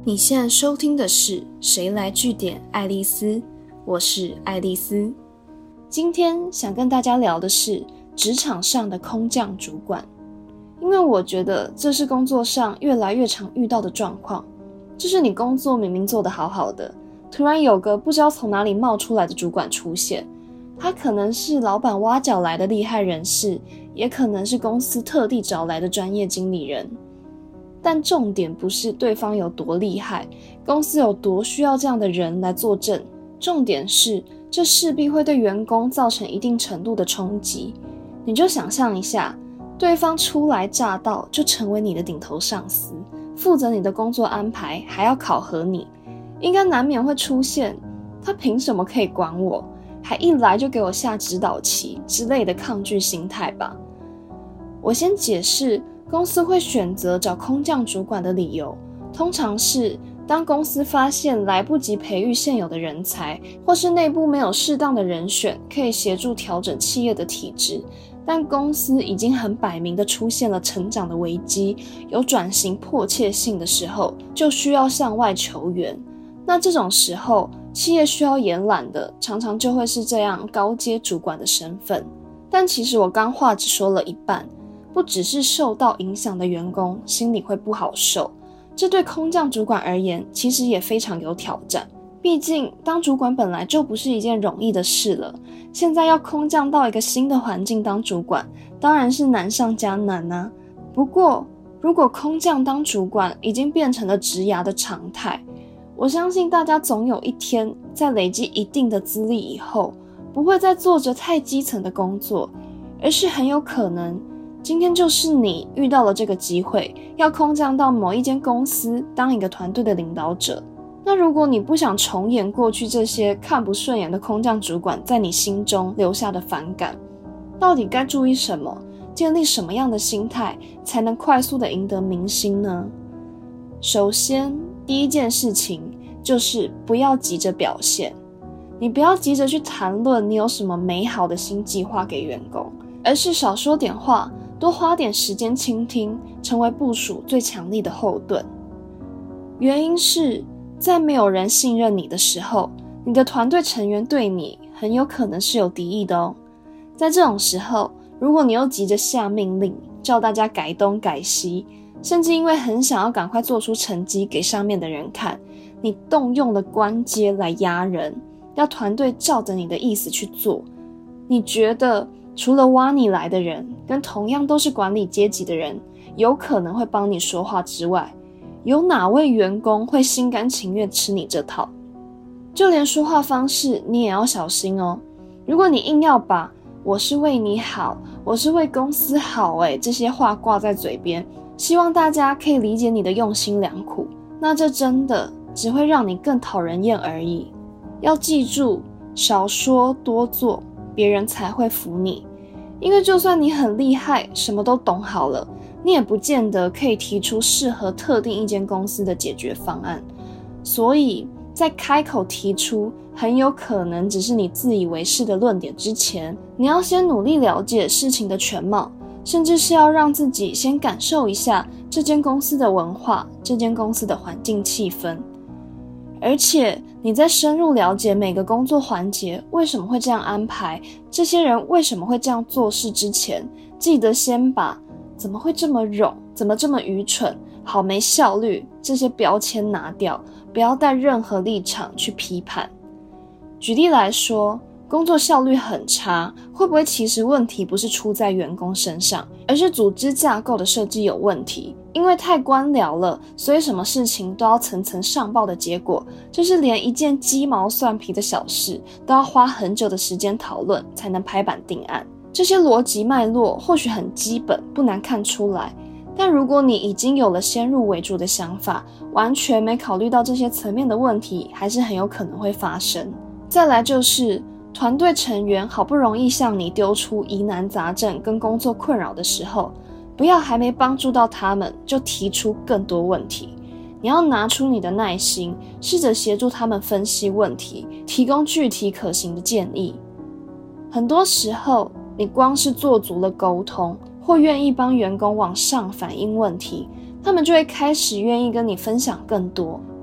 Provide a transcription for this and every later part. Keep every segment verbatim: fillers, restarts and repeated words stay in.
你现在收听的是《谁来据点爱丽丝》，我是爱丽丝。今天想跟大家聊的是职场上的空降主管，因为我觉得这是工作上越来越常遇到的状况，就是你工作明明做得好好的，突然有个不知道从哪里冒出来的主管出现，他可能是老板挖角来的厉害人士，也可能是公司特地找来的专业经理人。但重点不是对方有多厉害，公司有多需要这样的人来坐镇，重点是这势必会对员工造成一定程度的冲击。你就想象一下，对方初来乍到就成为你的顶头上司，负责你的工作安排，还要考核你，应该难免会出现他凭什么可以管我，还一来就给我下指导棋之类的抗拒心态吧。我先解释公司会选择找空降主管的理由，通常是当公司发现来不及培育现有的人才，或是内部没有适当的人选可以协助调整企业的体制，但公司已经很摆明的出现了成长的危机，有转型迫切性的时候，就需要向外求援。那这种时候，企业需要延揽的常常就会是这样高阶主管的身份。但其实我刚话只说了一半，不只是受到影响的员工心里会不好受，这对空降主管而言其实也非常有挑战。毕竟当主管本来就不是一件容易的事了，现在要空降到一个新的环境当主管，当然是难上加难啊。不过如果空降当主管已经变成了职涯的常态，我相信大家总有一天在累积一定的资历以后，不会再做着太基层的工作，而是很有可能今天就是你遇到了这个机会，要空降到某一间公司当一个团队的领导者。那如果你不想重演过去这些看不顺眼的空降主管在你心中留下的反感，到底该注意什么，建立什么样的心态才能快速的赢得民心呢？首先，第一件事情就是不要急着表现，你不要急着去谈论你有什么美好的新计划给员工，而是少说点话，多花点时间倾听，成为部属最强力的后盾。原因是在没有人信任你的时候，你的团队成员对你很有可能是有敌意的哦。在这种时候，如果你又急着下命令，叫大家改东改西，甚至因为很想要赶快做出成绩给上面的人看，你动用了官阶来压人，要团队照着你的意思去做，你觉得除了挖你来的人跟同样都是管理阶级的人有可能会帮你说话之外，有哪位员工会心甘情愿吃你这套？就连说话方式你也要小心哦。如果你硬要把我是为你好，我是为公司好诶这些话挂在嘴边，希望大家可以理解你的用心良苦，那这真的只会让你更讨人厌而已。要记住，少说多做，别人才会服你。因为就算你很厉害，什么都懂好了，你也不见得可以提出适合特定一间公司的解决方案。所以在开口提出很有可能只是你自以为是的论点之前，你要先努力了解事情的全貌，甚至是要让自己先感受一下这间公司的文化，这间公司的环境气氛。而且你在深入了解每个工作环节为什么会这样安排，这些人为什么会这样做事之前，记得先把怎么会这么冗，怎么这么愚蠢，好没效率这些标签拿掉，不要带任何立场去批判。举例来说，工作效率很差，会不会其实问题不是出在员工身上，而是组织架构的设计有问题？因为太官僚了，所以什么事情都要层层上报的结果，就是连一件鸡毛蒜皮的小事都要花很久的时间讨论才能拍板定案。这些逻辑脉络或许很基本，不难看出来，但如果你已经有了先入为主的想法，完全没考虑到这些层面的问题，还是很有可能会发生。再来就是团队成员好不容易向你丢出疑难杂症跟工作困扰的时候，不要还没帮助到他们就提出更多问题。你要拿出你的耐心，试着协助他们分析问题，提供具体可行的建议。很多时候你光是做足了沟通，或愿意帮员工往上反映问题，他们就会开始愿意跟你分享更多。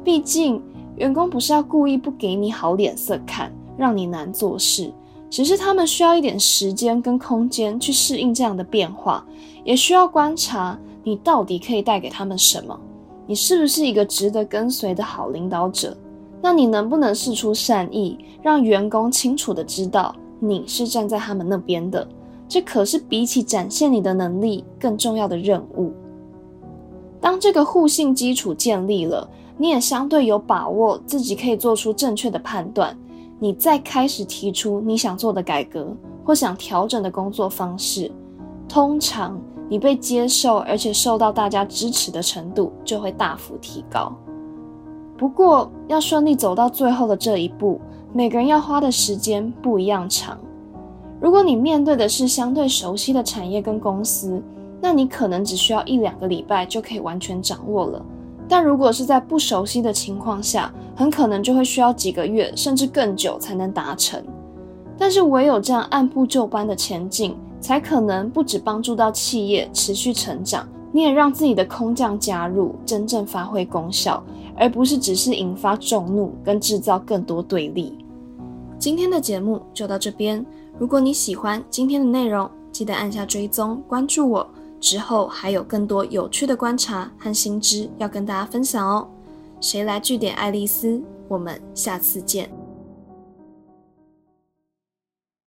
毕竟员工不是要故意不给你好脸色看，让你难做事，只是他们需要一点时间跟空间去适应这样的变化，也需要观察你到底可以带给他们什么，你是不是一个值得跟随的好领导者？那你能不能释出善意，让员工清楚地知道你是站在他们那边的？这可是比起展现你的能力更重要的任务。当这个互信基础建立了，你也相对有把握自己可以做出正确的判断，你再开始提出你想做的改革或想调整的工作方式，通常你被接受而且受到大家支持的程度就会大幅提高。不过要顺利走到最后的这一步，每个人要花的时间不一样长。如果你面对的是相对熟悉的产业跟公司，那你可能只需要一两个礼拜就可以完全掌握了。但如果是在不熟悉的情况下，很可能就会需要几个月甚至更久才能达成。但是唯有这样按部就班的前进，才可能不只帮助到企业持续成长，你也让自己的空降加入真正发挥功效，而不是只是引发众怒跟制造更多对立。今天的节目就到这边，如果你喜欢今天的内容，记得按下追踪关注我，之后还有更多有趣的观察和新知要跟大家分享哦。谁来据点爱丽丝，我们下次见。